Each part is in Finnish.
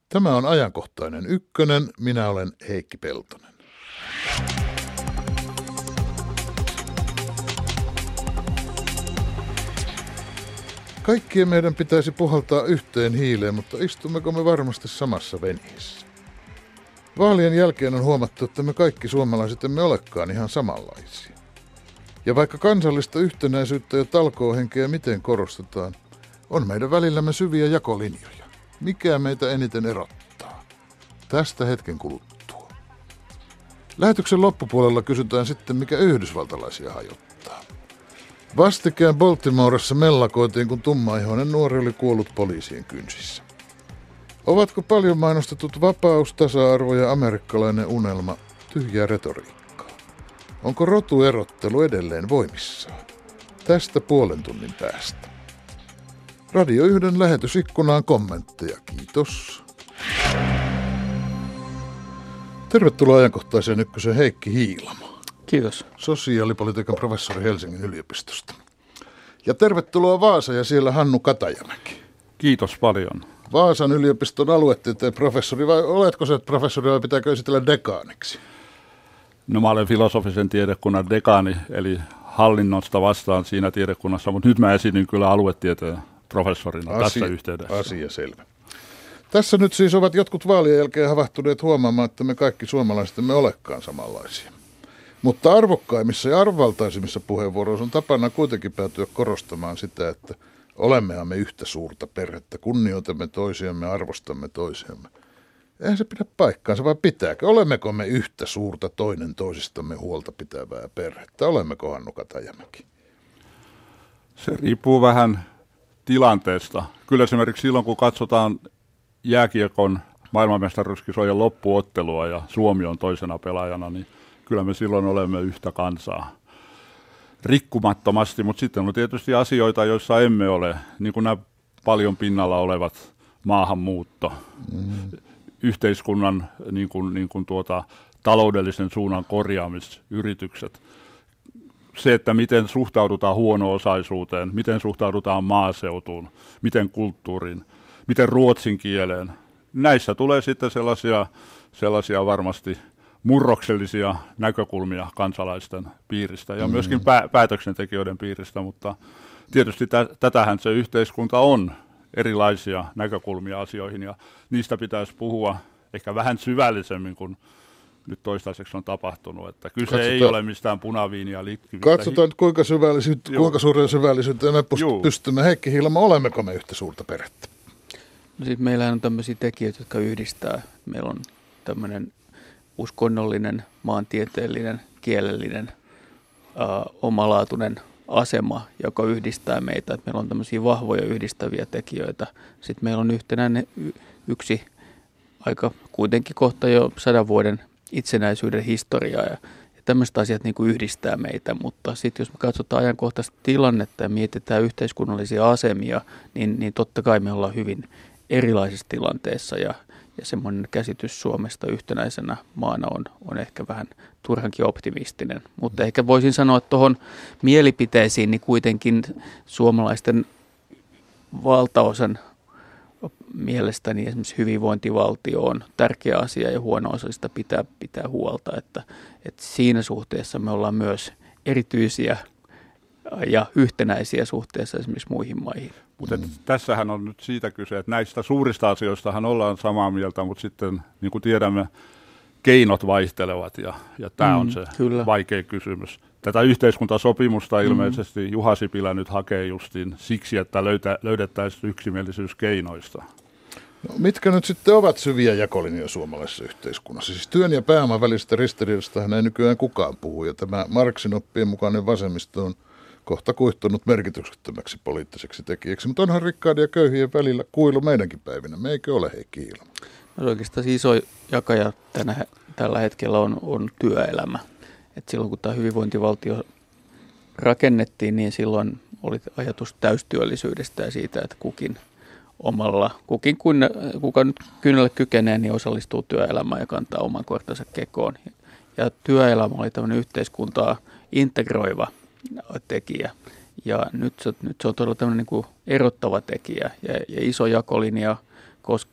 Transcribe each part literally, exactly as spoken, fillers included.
Tämä on ajankohtainen ykkönen. Minä olen Heikki Peltonen. Kaikkien meidän pitäisi puhaltaa yhteen hiileen, mutta istummeko me varmasti samassa veneessä? Vaalien jälkeen on huomattu, että me kaikki suomalaiset emme olekaan ihan samanlaisia. Ja vaikka kansallista yhtenäisyyttä ja talkoohenkeä miten korostetaan, on meidän välillämme syviä jakolinjoja. Mikä meitä eniten erottaa? Tästä hetken kuluttua. Lähetyksen loppupuolella kysytään sitten, mikä yhdysvaltalaisia hajottaa. Vastikään Baltimoressa mellakoitiin, kun tummaihoinen nuori oli kuollut poliisien kynsissä. Ovatko paljon mainostetut vapaus, tasa-arvo ja amerikkalainen unelma tyhjää retoriikkaa? Onko rotuerottelu edelleen voimissaan? Tästä puolen tunnin päästä. Radio yhden lähetysikkunaan kommentteja. Kiitos. Tervetuloa ajankohtaiseen ykkösen Heikki Hiilamo. Kiitos. Sosiaalipolitiikan professori Helsingin yliopistosta. Ja tervetuloa Vaasa ja siellä Hannu Katajamäki. Kiitos paljon. Vaasan yliopiston aluetieteen professori, vai oletko se professori vai pitääkö esitellä dekaaniksi? No mä olen filosofisen tiedekunnan dekaani, eli hallinnosta vastaan siinä tiedekunnassa, mutta nyt mä esitin kyllä aluetieteen professorina asia, tässä yhteydessä. Asia selvä. Tässä nyt siis ovat jotkut vaalien jälkeen havahtuneet huomaamaan, että me kaikki suomalaiset emme olekaan samanlaisia. Mutta arvokkaimmissa ja arvovaltaisimmissa puheenvuoroissa on tapana kuitenkin päätyä korostamaan sitä, että olemmehan me yhtä suurta perhettä, kunnioitamme toisiamme, arvostamme toisiamme. Eihän se pidä paikkaansa, vai pitääkö? Olemmeko me yhtä suurta toinen toisistamme huolta pitävää perhettä? Olemmeko, Hannu Katajamäki? Se riippuu vähän tilanteesta. Kyllä esimerkiksi silloin, kun katsotaan jääkiekon maailmanmestaruuskisojen loppuottelua ja Suomi on toisena pelaajana, niin kyllä me silloin olemme yhtä kansaa rikkumattomasti, mutta sitten on tietysti asioita, joissa emme ole, niin kuin nämä paljon pinnalla olevat maahanmuutto, mm. yhteiskunnan niin kuin, niin kuin tuota, taloudellisen suunnan korjaamisyritykset. Se, että miten suhtaudutaan huono-osaisuuteen, miten suhtaudutaan maaseutuun, miten kulttuuriin, miten ruotsin kieleen. Näissä tulee sitten sellaisia, sellaisia varmasti murroksellisia näkökulmia kansalaisten piiristä ja myöskin pää- päätöksentekijöiden piiristä, mutta tietysti tä- tätähän se yhteiskunta on, erilaisia näkökulmia asioihin, ja niistä pitäisi puhua ehkä vähän syvällisemmin kuin nyt toistaiseksi on tapahtunut, että kyse Katsotaan. ei ole mistään punaviinia liittyvistä. Katsotaan, kuinka, kuinka suuren syvällisyyteen me pystymme. Heikki Hiilamo, olemmeko me yhtä suurta perhettä? No siis meillähän on tämmöisiä tekijöitä, jotka yhdistää. Meillä on tämmöinen uskonnollinen, maantieteellinen, kielellinen, ää, omalaatuinen asema, joka yhdistää meitä. Että meillä on tämmöisiä vahvoja yhdistäviä tekijöitä. Sitten meillä on yhtenäinen y- yksi aika kuitenkin kohta jo sadan vuoden itsenäisyyden historiaa ja, ja tämmöiset asiat niin kuin yhdistää meitä. Mutta sitten jos me katsotaan ajankohtaista tilannetta ja mietitään yhteiskunnallisia asemia, niin, niin totta kai me ollaan hyvin erilaisessa tilanteessa ja Ja semmoinen käsitys Suomesta yhtenäisenä maana on, on ehkä vähän turhankin optimistinen. Mutta ehkä voisin sanoa tuohon mielipiteisiin, niin kuitenkin suomalaisten valtaosan mielestäni esimerkiksi hyvinvointivaltio on tärkeä asia ja huono-osaisista pitää pitää huolta. Että, että siinä suhteessa me ollaan myös erityisiä ja yhtenäisiä suhteessa esimerkiksi muihin maihin. Mutta tässähän on nyt siitä kyse, että näistä suurista asioistahan ollaan samaa mieltä, mutta sitten niin kuin tiedämme, keinot vaihtelevat ja, ja tämä mm, on se kyllä. vaikea kysymys. Tätä yhteiskuntasopimusta ilmeisesti mm. Juha Sipilä nyt hakee justiin siksi, että löytä, löydettäisiin yksimielisyys keinoista. No, mitkä nyt sitten ovat syviä jakolinjoja suomalaisessa yhteiskunnassa? Siis työn ja pääoman välistä ristiriidastahan ei nykyään kukaan puhu, ja tämä Marxin oppien mukainen vasemmisto on kohta kuihtunut merkityksettömäksi poliittiseksi tekijäksi, mutta onhan rikkaiden ja köyhien välillä kuilu meidänkin päivinä. Me eikö ole, Heikki Hiilamo? No oikeastaan iso jakaja tänä, tällä hetkellä on, on työelämä. Et silloin kun tämä hyvinvointivaltio rakennettiin, niin silloin oli ajatus täystyöllisyydestä ja siitä, että kukin omalla, kukin kun, kuka nyt kynnelle kykenee, niin osallistuu työelämään ja kantaa oman kortensa kekoon. Ja työelämä oli tämmöinen yhteiskuntaa integroiva tekijä. Ja nyt se, nyt se on todella tämmöinen niin kuin erottava tekijä ja, ja iso jakolinja, koska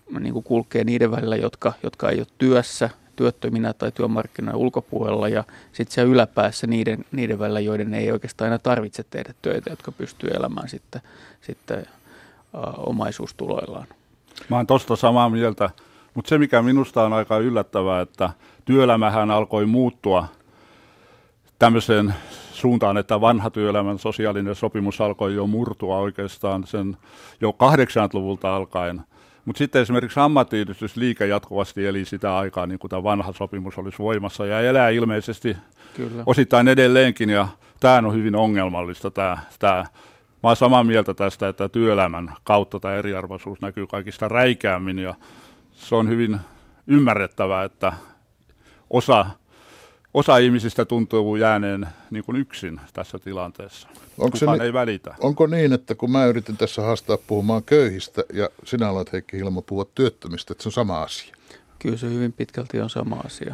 niin kuin kulkee niiden välillä, jotka, jotka ei ole työssä, työttöminä tai työmarkkinoiden ulkopuolella, ja sitten siellä yläpäässä niiden, niiden välillä, joiden ei oikeastaan aina tarvitse tehdä töitä, jotka pystyy elämään sitten, sitten uh, omaisuustuloillaan. Mä oon tosta samaa mieltä, mutta se mikä minusta on aika yllättävää, että työelämähän alkoi muuttua tämmöiseen suuntaan, että vanha työelämän sosiaalinen sopimus alkoi jo murtua oikeastaan sen jo kahdeksankymmentäluvulta alkaen. Mutta sitten esimerkiksi ammattiyhdistysliike jatkuvasti eli sitä aikaa, niin kuin tämä vanha sopimus olisi voimassa, ja elää ilmeisesti Kyllä. osittain edelleenkin, ja tämä on hyvin ongelmallista. Tämä, tämä. Mä olen samaa mieltä tästä, että työelämän kautta tämä eriarvoisuus näkyy kaikista räikeämmin, ja se on hyvin ymmärrettävää, että osa Osa ihmisistä tuntuu jääneen niin kuin yksin tässä tilanteessa. Onko Kukaan se, ei välitä. Onko niin, että kun mä yritin tässä haastaa puhumaan köyhistä ja sinä aloit Heikki Hilmo puhua työttömistä, että se on sama asia? Kyllä se hyvin pitkälti on sama asia.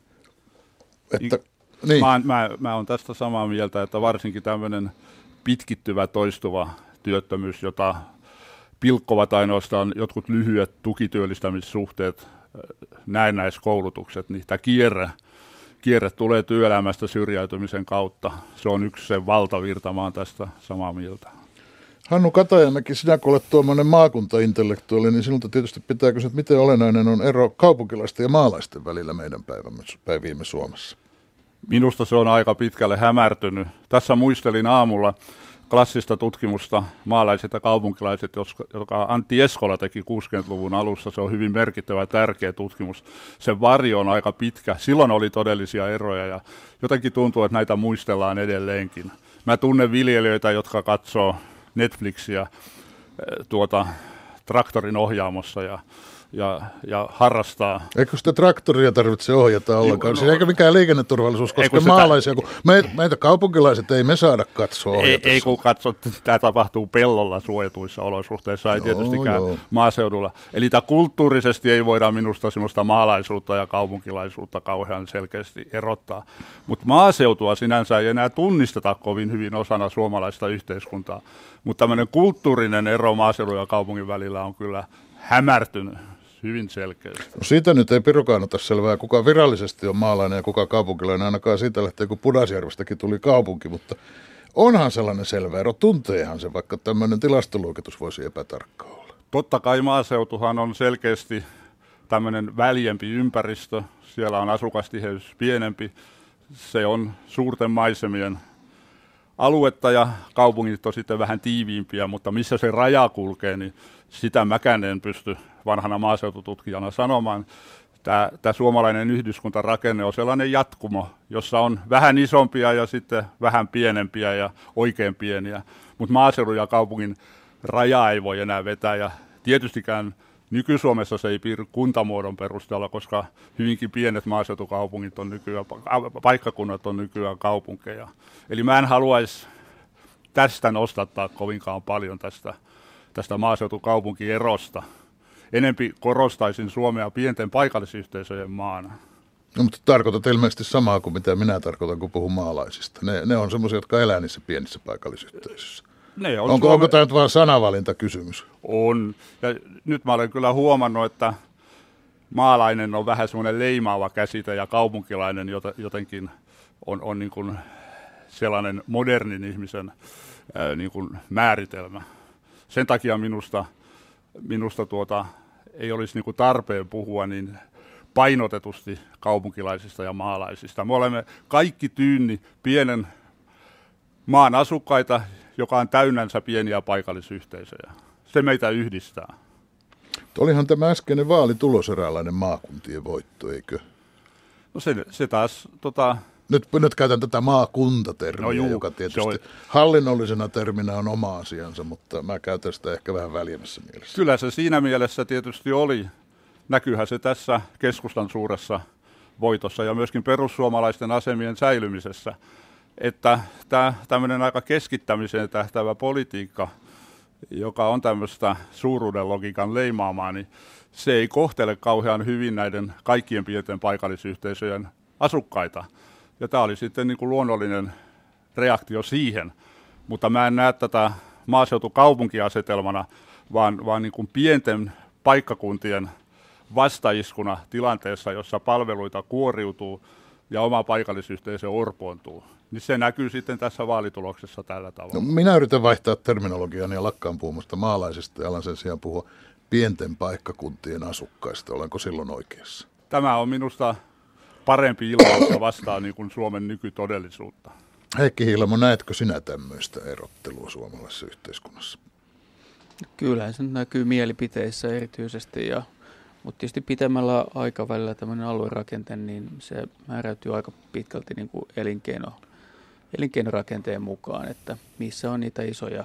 Että, niin. Mä, mä, mä olen tästä samaa mieltä, että varsinkin tämmöinen pitkittyvä toistuva työttömyys, jota pilkkovat ainoastaan jotkut lyhyet tukityöllistämissuhteet, näennäiskoulutukset, niin tämä kierre, Kierre tulee työelämästä syrjäytymisen kautta. Se on yksi se valtavirta, mä oon tästä samaa mieltä. Hannu Katajamäki, sinä kun olet tuommoinen maakuntaintellektuaali, niin sinulta tietysti pitää kysyä, että miten olennainen on ero kaupunkilaisten ja maalaisten välillä meidän päivämme, päiviimme Suomessa? Minusta se on aika pitkälle hämärtynyt. Tässä muistelin aamulla klassista tutkimusta Maalaiset ja kaupunkilaiset, joka Antti Eskola teki kuusikymmentäluvun alussa. Se on hyvin merkittävä ja tärkeä tutkimus. Sen varjo on aika pitkä. Silloin oli todellisia eroja ja jotenkin tuntuu, että näitä muistellaan edelleenkin. Mä tunnen viljelijöitä, jotka katsoo Netflixiä tuota, traktorin ohjaamossa ja Ja, ja harrastaa. Eikö sitä traktoria tarvitse ohjata ollenkaan? No, eikä mikään liikenneturvallisuus koske maalaisia, kun meitä, meitä kaupunkilaiset ei me saada katsoa ohjata. Ei, ei kun katsot, tämä tapahtuu pellolla suojatuissa olosuhteissa, ei joo, tietystikään joo. maaseudulla. Eli tämä kulttuurisesti ei voida minusta sellaista maalaisuutta ja kaupunkilaisuutta kauhean selkeästi erottaa. Mutta maaseutua sinänsä ei enää tunnisteta kovin hyvin osana suomalaista yhteiskuntaa. Mutta tämmöinen kulttuurinen ero maaseudun ja kaupungin välillä on kyllä hämärtynyt hyvin selkeästi. No siitä nyt ei pirukaan ota selvää, kuka virallisesti on maalainen ja kuka kaupunkilainen, ainakaan siitä lähtee, kun Pudasjärvestäkin tuli kaupunki, mutta onhan sellainen selvä ero, tunteehan se, vaikka tämmöinen tilastoluokitus voisi epätarkka olla. Totta kai maaseutuhan on selkeästi tämmöinen väljempi ympäristö, siellä on asukastiheys pienempi, se on suurten maisemien aluetta ja kaupungit on sitten vähän tiiviimpiä, mutta missä se raja kulkee, niin sitä mäkään en pysty vanhana maaseutututkijana sanomaan. Tämä, tämä suomalainen yhdyskuntarakenne on sellainen jatkumo, jossa on vähän isompia ja sitten vähän pienempiä ja oikein pieniä, mutta maaseudun ja kaupungin raja ei voi enää vetää ja tietystikään nyky-Suomessa se ei piirry kuntamuodon perusteella, koska hyvinkin pienet maaseutukaupungit on nykyään, paikkakunnat on nykyään kaupunkeja. Eli mä en haluaisi tästä nostattaa kovinkaan paljon tästä, tästä maaseutukaupunkierosta. Enempi korostaisin Suomea pienten paikallisyhteisöjen maana. No, mutta tarkoitat ilmeisesti samaa kuin mitä minä tarkoitan, kun puhun maalaisista. Ne, ne on semmoisia, jotka elää niissä pienissä paikallisyhteisöissä. Ne on onko, Suome... onko tämä nyt vaan sanavalintakysymys? On. Ja nyt mä olen kyllä huomannut, että maalainen on vähän semmoinen leimaava käsite ja kaupunkilainen jotenkin on, on niin kuin sellainen modernin ihmisen ää, niin kuin määritelmä. Sen takia minusta, minusta tuota, ei olisi niin kuin tarpeen puhua niin painotetusti kaupunkilaisista ja maalaisista. Me olemme kaikki tyynni pienen maan asukkaita, joka on täynnänsä pieniä paikallisyhteisöjä. Se meitä yhdistää. Olihan tämä äskeinen vaalitulos eräänlainen maakuntien voitto, eikö? No se, se taas... Tota... Nyt, nyt käytän tätä maakuntatermiä, no juu, joka tietysti on... hallinnollisena terminä on oma asiansa, mutta mä käytän sitä ehkä vähän väljemmässä mielessä. Kyllä se siinä mielessä tietysti oli. Näkyyhän se tässä keskustan suuressa voitossa ja myöskin perussuomalaisten asemien säilymisessä, että tämä tämmöinen aika keskittämiseen tähtävä politiikka, joka on tämmöistä suuruuden logiikan leimaamaa, niin se ei kohtele kauhean hyvin näiden kaikkien pienten paikallisyhteisöjen asukkaita. Ja tämä oli sitten niin kuin luonnollinen reaktio siihen, mutta mä en näe tätä maaseutukaupunkiasetelmana, vaan, vaan niin kuin pienten paikkakuntien vastaiskuna tilanteessa, jossa palveluita kuoriutuu ja oma paikallisyhteisö orpoontuu. Niin se näkyy sitten tässä vaalituloksessa tällä tavalla. No, minä yritän vaihtaa terminologiaa ja lakkaan puhumasta maalaisista ja alan sen sijaan puhua pienten paikkakuntien asukkaista. Olenko silloin oikeassa? Tämä on minusta parempi ilmaus ja vastaa niin kuin Suomen nykytodellisuutta. Heikki Hiilamo, näetkö sinä tämmöistä erottelua suomalaisessa yhteiskunnassa? Kyllähän se näkyy mielipiteissä erityisesti, ja, mutta tietysti pitemmällä aikavälillä tämmöinen aluerakente, niin se määräytyy aika pitkälti niin kuin elinkeino, elinkeinorakenteen mukaan, että missä on niitä isoja,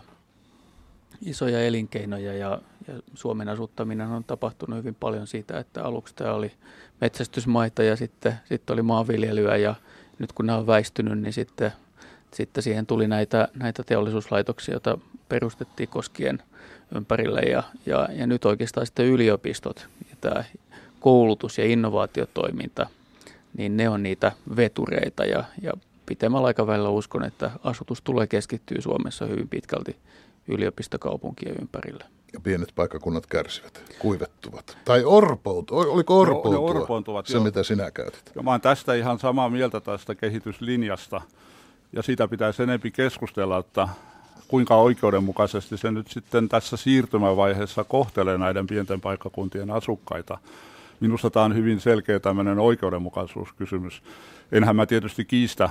isoja elinkeinoja, ja, ja Suomen asuttaminen on tapahtunut hyvin paljon siitä, että aluksi tämä oli metsästysmaita ja sitten, sitten oli maanviljelyä, ja nyt kun nämä on väistynyt, niin sitten, sitten siihen tuli näitä, näitä teollisuuslaitoksia, joita perustettiin koskien ympärille, ja, ja, ja nyt oikeastaan sitten yliopistot ja tämä koulutus- ja innovaatiotoiminta, niin ne on niitä vetureita, ja, ja pitemmällä aikavälillä uskon, että asutus tulee keskittyä Suomessa hyvin pitkälti yliopistokaupunkien ympärille. Ja pienet paikkakunnat kärsivät, kuivettuvat. Tai orpout, oliko orpoutua, no, orpoontuvat, se joo. Mitä sinä käytit? Ja mä oon tästä ihan samaa mieltä tästä kehityslinjasta, ja siitä pitäisi enempi keskustella, että kuinka oikeudenmukaisesti se nyt sitten tässä siirtymävaiheessa kohtelee näiden pienten paikkakuntien asukkaita. Minusta tämä on hyvin selkeä tämmöinen oikeudenmukaisuuskysymys. Enhän mä tietysti kiistä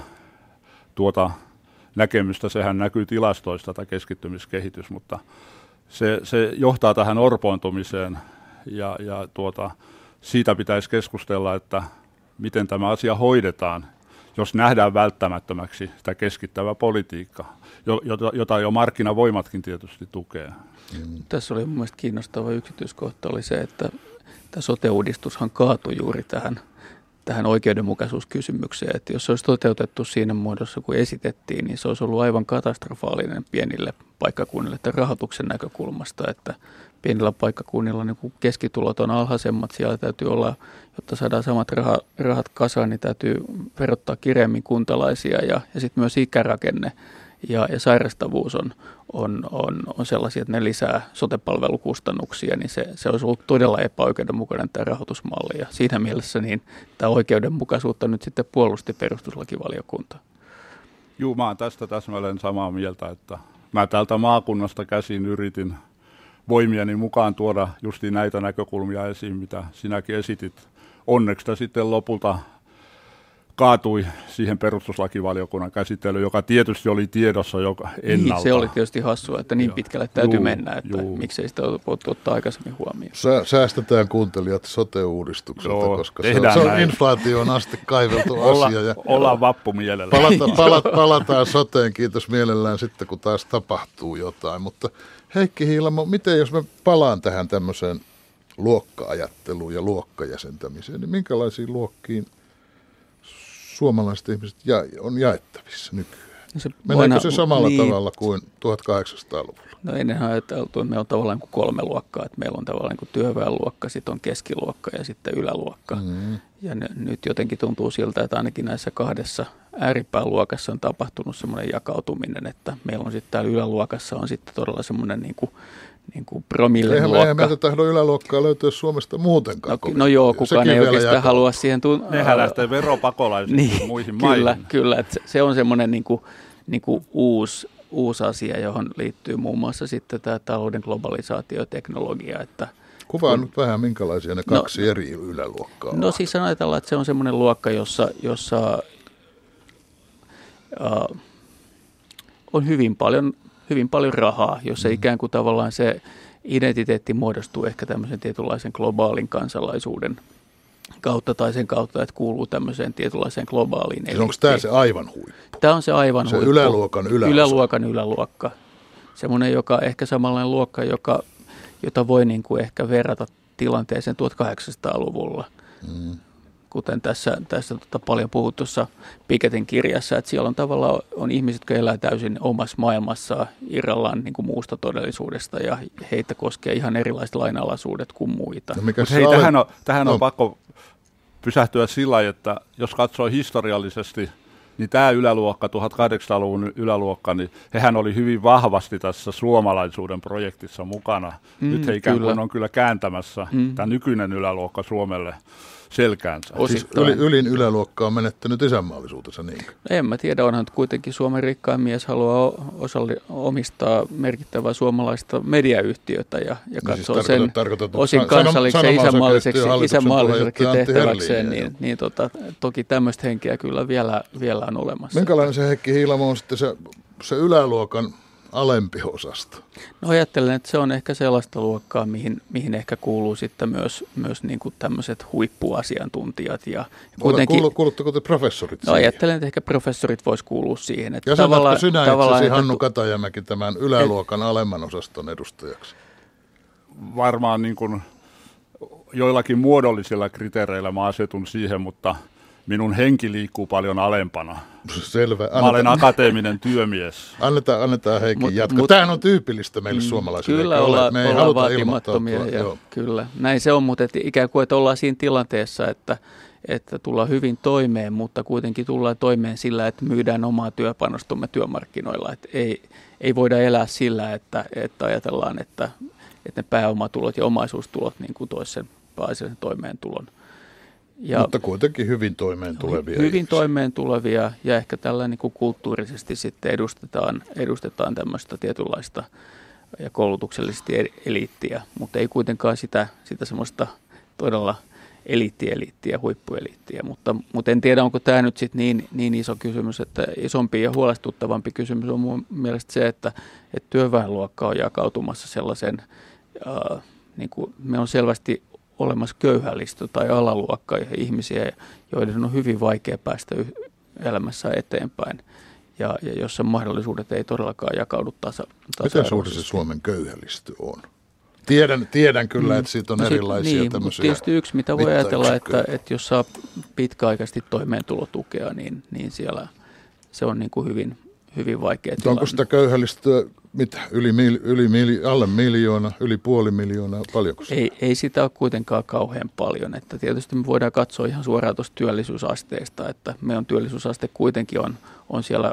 tuota näkemystä, sehän näkyy tilastoista tämä keskittymiskehitys, mutta se, se johtaa tähän orpoontumiseen, ja, ja tuota, siitä pitäisi keskustella, että miten tämä asia hoidetaan, jos nähdään välttämättömäksi tämä keskittävä politiikka, jota, jota jo markkinavoimatkin tietysti tukee. Mm. Tässä oli mun mielestä kiinnostava yksityiskohta oli se, että tämä sote-uudistushan kaatui juuri tähän, tähän oikeudenmukaisuuskysymykseen, että jos se olisi toteutettu siinä muodossa, kun esitettiin, niin se olisi ollut aivan katastrofaalinen pienille paikkakunnille tämän rahoituksen näkökulmasta, että pienillä paikkakunnilla niin kun keskitulot on alhaisemmat, siellä täytyy olla, jotta saadaan samat raha, rahat kasaan, niin täytyy verottaa kireemmin kuntalaisia, ja, ja sitten myös ikärakenne ja, ja sairastavuus on, on, on, on sellaisia, että ne lisää sote-palvelukustannuksia, niin se, se olisi ollut todella epäoikeudenmukainen tämä rahoitusmalli, ja siinä mielessä niin tämä oikeudenmukaisuutta nyt sitten puolusti perustuslakivaliokunta. Juu, mä oon tästä täsmälleen samaa mieltä, että mä täältä maakunnasta käsin yritin voimieni mukaan tuoda justi näitä näkökulmia esiin, mitä sinäkin esitit. Onneksi tämä sitten lopulta kaatui siihen perustuslakivaliokunnan käsittelyyn, joka tietysti oli tiedossa joka ennalta. Niin, se oli tietysti hassua, että niin pitkälle täytyy juu, mennä, että juu. miksei sitä voitu ottaa aikaisemmin huomioon. Säästetään kuuntelijat sote-uudistukselta, Joo, koska se on, se on inflaatioon asti kaiveltu Olla, asia. Ja ollaan vappumielellä. Palata, palata, palataan soteen, kiitos mielellään sitten, kun taas tapahtuu jotain. Mutta Heikki Hiilamo, miten jos mä palaan tähän tämmöiseen luokka-ajatteluun ja luokkajäsentämiseen, niin minkälaisiin luokkiin suomalaiset ihmiset ja, on jaettavissa nykyään? Se Meneekö aina, se samalla niin, tavalla kuin tuhatkahdeksansataaluvulla? No ennenhän ajateltu, että meillä on tavallaan kuin kolme luokkaa. Että meillä on tavallaan kuin työväenluokka, sitten on keskiluokka ja sitten yläluokka. Mm. Ja n- nyt jotenkin tuntuu siltä, että ainakin näissä kahdessa ääripääluokassa on tapahtunut semmoinen jakautuminen, että meillä on sitten täällä yläluokassa on sitten todella semmoinen niin kuin niin kuin promillen eihän, luokka. Eihän meiltä tahdo yläluokkaa löytyä Suomesta muutenkaan. No, no joo, kukaan Sekin ei oikeastaan jakaa. halua siihen. Tu- Nehän lähtee veropakolaisiksi niin, muihin kyllä, maihin. Kyllä, että se on semmoinen niin kuin, niin kuin uusi, uusi asia, johon liittyy muun muassa sitten tämä talouden globalisaatio ja teknologia. Että Kuvaa kun, nyt vähän, minkälaisia ne kaksi no, eri yläluokkaa on. No siis ajatellaan, että se on semmoinen luokka, jossa, jossa uh, on hyvin paljon hyvin paljon rahaa, jossa mm. ikään kuin tavallaan se identiteetti muodostuu ehkä tämmöisen tietynlaisen globaalin kansalaisuuden kautta tai sen kautta, että kuuluu tämmöiseen tietynlaiseen globaaliin. Siis onko tämä se aivan huippu? Tämä on se aivan se huippu. yläluokan yläosa. Yläluokan yläluokka. Semmoinen, joka ehkä samanlainen luokka, joka, jota voi niin kuin ehkä verrata tilanteeseen tuhatkahdeksansataaluvulla. Mm. Kuten tässä, tässä tota paljon puhutussa Pikettin kirjassa, että siellä on tavallaan on ihmiset, jotka elää täysin omassa maailmassaan irrallaan niin kuin muusta todellisuudesta, ja heitä koskee ihan erilaiset lainalaisuudet kuin muita. No hei, tähän on, tähän no. on pakko pysähtyä sillä lailla, että jos katsoo historiallisesti niin tämä yläluokka, tuhatkahdeksansataaluvun yläluokka, niin hehän oli hyvin vahvasti tässä suomalaisuuden projektissa mukana. Mm, Nyt he ikään kuin kyllä. on kyllä kääntämässä mm. tämä nykyinen yläluokka Suomelle selkäänsä. Siis yli, ylin yläluokka on menettänyt isänmaallisuutensa, niin? En mä tiedä, onhan kuitenkin Suomen rikkain mies haluaa osalli, omistaa merkittävää suomalaista mediayhtiötä ja, ja katsoo niin siis sen tarkoitat, osin kansalliseksi ja isänmaalliseksi, isänmaalliseksi tehtäväkseen, niin, niin tota, toki tämmöistä henkeä kyllä vielä, vielä on olemassa. Minkälainen se Heikki Hiilamo on sitten se, se yläluokan alempi osasto? No ajattelen, että se on ehkä sellaista luokkaa, mihin, mihin ehkä kuuluu sitten myös, myös niin kuin tämmöiset huippuasiantuntijat. Ja kuitenkin, Kuulu, kuulutteko te professorit no ajattelen, että ehkä professorit vois kuulua siihen. Että ja sanotko sinä itsesi Hannu Katajamäki tämän yläluokan et, alemman osaston edustajaksi? Varmaan niin kuin joillakin muodollisilla kriteereillä mä asetun siihen, mutta minun henki liikkuu paljon alempana. Selvä. Annetaan, mä olen akateeminen työmies. Annetaan, annetaan Heikki jatkaa. Tämähän on tyypillistä meille mm, suomalaisille. Kyllä olla, me ei ollaan vaatimattomia. Ja kyllä, näin se on, mutta että ikään kuin että ollaan siinä tilanteessa, että, että tullaan hyvin toimeen, mutta kuitenkin tullaan toimeen sillä, että myydään omaa työpanostomme työmarkkinoilla. Että ei, ei voida elää sillä, että, että ajatellaan, että, että ne pääomatulot ja omaisuustulot niin kuin toisi sen pääasiallisen toimeentulon. Ja mutta kuitenkin hyvin toimeen tulevia. Hyvin ihmisiä. toimeen tulevia ja ehkä tällä niin kuin kulttuurisesti sitten edustetaan, edustetaan tämmöistä tietynlaista ja koulutuksellisesti eliittiä, mutta ei kuitenkaan sitä, sitä semmoista todella eliittieliittiä, huippueliittiä. Mutta, mutta en tiedä, onko tämä nyt sitten niin, niin iso kysymys, että isompi ja huolestuttavampi kysymys on mun mielestä se, että, että työväenluokka on jakautumassa sellaisen, äh, niin kuin me on selvästi olemassa köyhällistö tai alaluokka ja ihmisiä, joiden on hyvin vaikea päästä elämässä eteenpäin ja, ja jossa mahdollisuudet ei todellakaan jakaudu tasa, tasa-arvoisesti. Miten suuri se Suomen köyhällistö on? Tiedän, tiedän kyllä, mm. että siitä on no erilaisia niin, tämmöisiä tietysti yksi, mitä voi ajatella, että, että jos saa pitkäaikaisesti toimeentulotukea, niin, niin siellä se on niin kuin hyvin, hyvin vaikea tilanne. Onko sitä köyhällistöä mitä, yli, yli, yli alle miljoona, yli puoli miljoonaa, paljonko se? Ei, ei sitä ole kuitenkaan kauhean paljon. Että tietysti me voidaan katsoa ihan suoraan tuosta työllisyysasteesta, että meidän työllisyysaste kuitenkin on, on siellä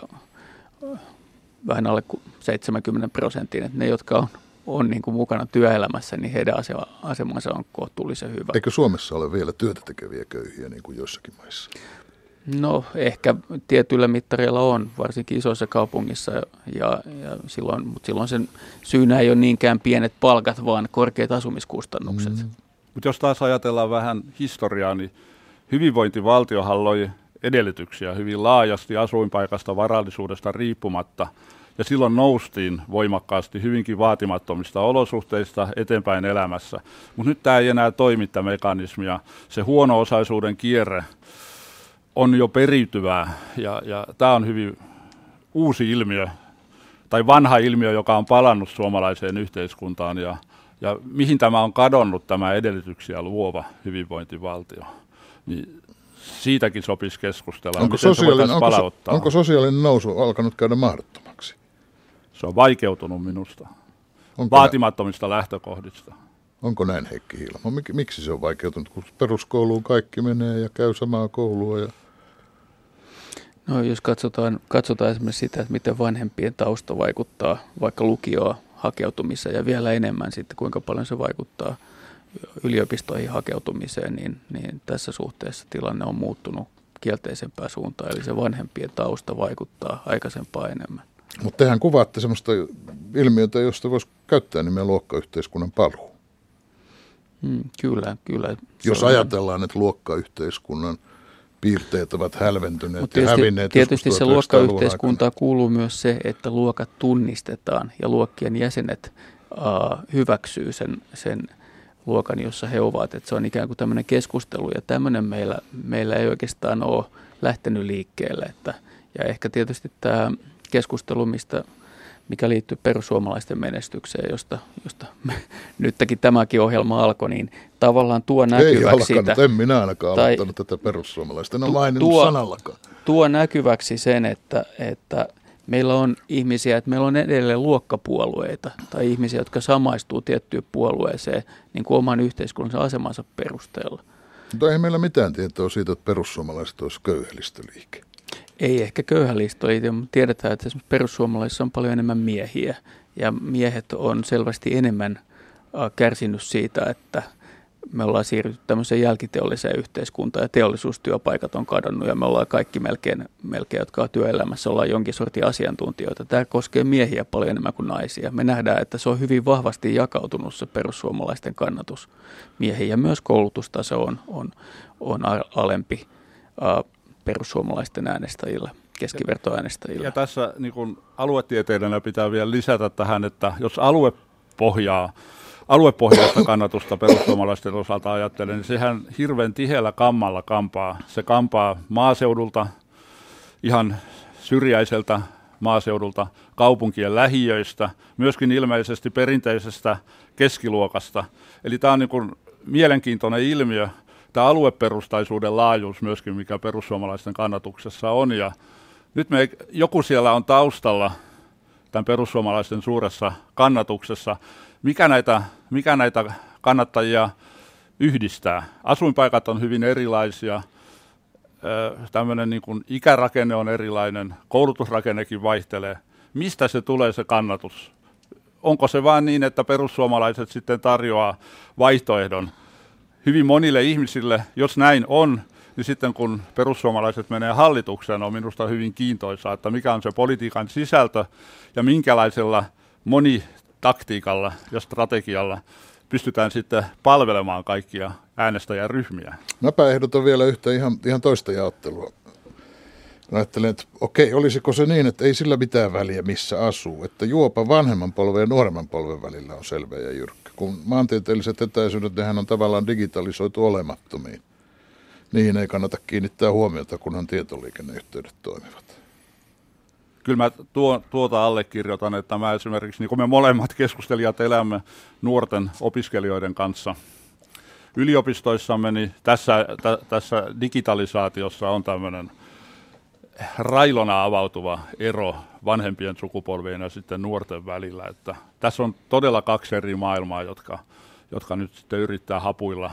vähän alle seitsemänkymmentä prosenttia. Että ne, jotka on, on niin kuin mukana työelämässä, niin heidän asemansa on kohtuullisen hyvä. Eikö Suomessa ole vielä työtä tekeviä köyhiä niin kuin joissakin maissa? No ehkä tietyillä mittareilla on, varsinkin isoissa kaupungissa, ja, ja silloin, mutta silloin sen syynä ei ole niinkään pienet palkat, vaan korkeat asumiskustannukset. Mm. Mutta jos taas ajatellaan vähän historiaa, niin hyvinvointivaltiohan loi edellytyksiä hyvin laajasti asuinpaikasta, varallisuudesta riippumatta, ja silloin noustiin voimakkaasti hyvinkin vaatimattomista olosuhteista eteenpäin elämässä. Mutta nyt tämä ei enää toimi tämä mekanismi, ja se huono-osaisuuden kierre on jo periytyvää, ja, ja tämä on hyvin uusi ilmiö, tai vanha ilmiö, joka on palannut suomalaiseen yhteiskuntaan, ja, ja mihin tämä on kadonnut, tämä edellytyksiä luova hyvinvointivaltio, niin siitäkin sopisi keskustella. Onko sosiaalinen, onko, onko sosiaalinen nousu alkanut käydä mahdottomaksi? Se on vaikeutunut minusta, onko vaatimattomista nä- lähtökohdista. Onko näin, Heikki Hiilamo? Mik, miksi se on vaikeutunut, kun peruskouluun kaikki menee ja käy samaa koulua? Ja... No jos katsotaan, katsotaan esimerkiksi sitä, että miten vanhempien tausta vaikuttaa vaikka lukioon hakeutumiseen ja vielä enemmän sitten, kuinka paljon se vaikuttaa yliopistoihin hakeutumiseen, niin, niin tässä suhteessa tilanne on muuttunut kielteisempään suuntaan, eli se vanhempien tausta vaikuttaa aikaisempaa enemmän. Mutta tehän kuvaatte sellaista ilmiötä, josta voisi käyttää nimeä luokkayhteiskunnan paluu. Hmm, kyllä, kyllä. Jos ajatellaan, että luokkayhteiskunnan piirteet ovat hälventyneet tietysti, ja hävinneet. Tietysti se luokkayhteiskuntaan kuuluu myös se, että luokat tunnistetaan ja luokkien jäsenet uh, hyväksyy sen, sen luokan, jossa he ovat. Että se on ikään kuin tämmöinen keskustelu ja tämmöinen meillä, meillä ei oikeastaan ole lähtenyt liikkeelle. Että, ja ehkä tietysti tämä keskustelu, mistä mikä liittyy perussuomalaisten menestykseen, josta, josta nytkin tämäkin ohjelma alkoi, niin tavallaan tuo näkyväksi ei alkanut, sitä. En minä ainakaan tai, aloittanut tätä perussuomalaista, en ole maininnut tuo, sanallakaan. Tuo näkyväksi sen, että, että meillä on ihmisiä, että meillä on edelleen luokkapuolueita tai ihmisiä, jotka samaistuu tiettyyn puolueeseen niin kuin oman yhteiskunnallisen asemansa perusteella. Mutta ei meillä mitään tietoa siitä, että perussuomalaiset olisi köyhälistöliike. Ei ehkä köyhäliittoja, mutta tiedetään, että esimerkiksi perussuomalaisissa on paljon enemmän miehiä. Ja miehet on selvästi enemmän kärsinyt siitä, että me ollaan siirrytty tämmöiseen jälkiteolliseen yhteiskuntaan ja teollisuustyöpaikat on kadonnut ja me ollaan kaikki melkein, melkein jotka on työelämässä, ollaan jonkin sortin asiantuntijoita. Tämä koskee miehiä paljon enemmän kuin naisia. Me nähdään, että se on hyvin vahvasti jakautunut se perussuomalaisten kannatus miehiin ja myös koulutustaso on, on, on alempi uh, perussuomalaisten äänestäjillä, keskivertoäänestäjillä. Ja tässä niin kun aluetieteilijänä pitää vielä lisätä tähän, että jos aluepohjaa Aluepohjaista kannatusta perussuomalaisten osalta ajattelen, niin sehän hirveän tiheällä kammalla kampaa. Se kampaa maaseudulta, ihan syrjäiseltä maaseudulta, kaupunkien lähiöistä, myöskin ilmeisesti perinteisestä keskiluokasta. Eli tämä on niin kuin mielenkiintoinen ilmiö, tämä alueperustaisuuden laajuus myöskin, mikä perussuomalaisten kannatuksessa on. Ja nyt me, joku siellä on taustalla tämän perussuomalaisten suuressa kannatuksessa. Mikä näitä, mikä näitä kannattajia yhdistää? Asuinpaikat on hyvin erilaisia, tämmöinen niin kuin ikärakenne on erilainen, koulutusrakennekin vaihtelee. Mistä se tulee se kannatus? Onko se vain niin, että perussuomalaiset sitten tarjoaa vaihtoehdon hyvin monille ihmisille? Jos näin on, niin sitten kun perussuomalaiset menee hallitukseen, on minusta hyvin kiintoisaa, että mikä on se politiikan sisältö ja minkälaisella moni taktiikalla ja strategialla pystytään sitten palvelemaan kaikkia äänestäjäryhmiä. Mäpä ehdotan vielä yhtä ihan, ihan toista jaottelua. Ajattelen, että okei, olisiko se niin, että ei sillä mitään väliä, missä asuu. Että juopa vanhemman polven ja nuoremman polven välillä on selvä ja jyrkkä. Kun maantieteelliset etäisyydet, nehän on tavallaan digitalisoitu olemattomiin. Niihin ei kannata kiinnittää huomiota, kunhan tietoliikenneyhteydet toimivat. Kyllä mä tuo, tuota allekirjoitan, että mä esimerkiksi, niin kuin me molemmat keskustelijat elämme nuorten opiskelijoiden kanssa yliopistoissamme, niin tässä, tä, tässä digitalisaatiossa on tämmöinen railona avautuva ero vanhempien sukupolvien ja sitten nuorten välillä. Että tässä on todella kaksi eri maailmaa, jotka, jotka nyt sitten yrittää hapuilla